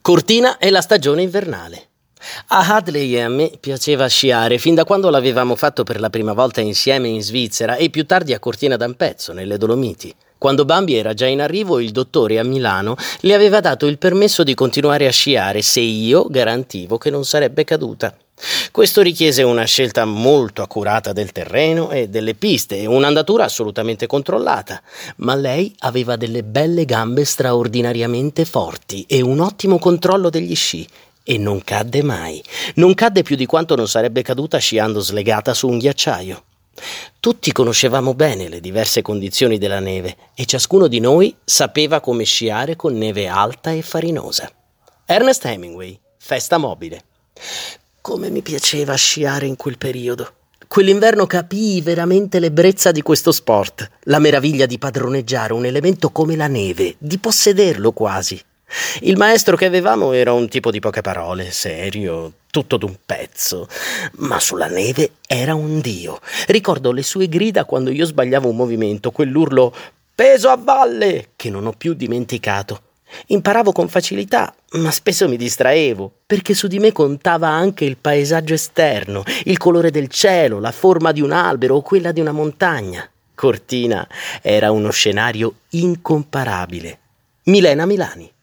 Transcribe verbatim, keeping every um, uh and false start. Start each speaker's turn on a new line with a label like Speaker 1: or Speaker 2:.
Speaker 1: Cortina è la stagione invernale. A Hadley e a me piaceva sciare fin da quando l'avevamo fatto per la prima volta insieme in Svizzera e più tardi a Cortina d'Ampezzo, nelle Dolomiti. Quando Bambi era già in arrivo, il dottore a Milano le aveva dato il permesso di continuare a sciare se io garantivo che non sarebbe caduta. Questo richiese una scelta molto accurata del terreno e delle piste e un'andatura assolutamente controllata, ma lei aveva delle belle gambe straordinariamente forti e un ottimo controllo degli sci e non cadde mai. Non cadde più di quanto non sarebbe caduta sciando slegata su un ghiacciaio. Tutti conoscevamo bene le diverse condizioni della neve e ciascuno di noi sapeva come sciare con neve alta e farinosa. Ernest Hemingway, Festa mobile. Come mi piaceva sciare in quel periodo. Quell'inverno capii veramente l'ebbrezza di questo sport, la meraviglia di padroneggiare un elemento come la neve, di possederlo quasi. Il maestro che avevamo era un tipo di poche parole, serio, tutto d'un pezzo, ma sulla neve era un dio. Ricordo le sue grida quando io sbagliavo un movimento, quell'urlo «peso a valle» che non ho più dimenticato. Imparavo con facilità, ma spesso mi distraevo, perché su di me contava anche il paesaggio esterno, il colore del cielo, la forma di un albero o quella di una montagna. Cortina era uno scenario incomparabile. Milena Milani.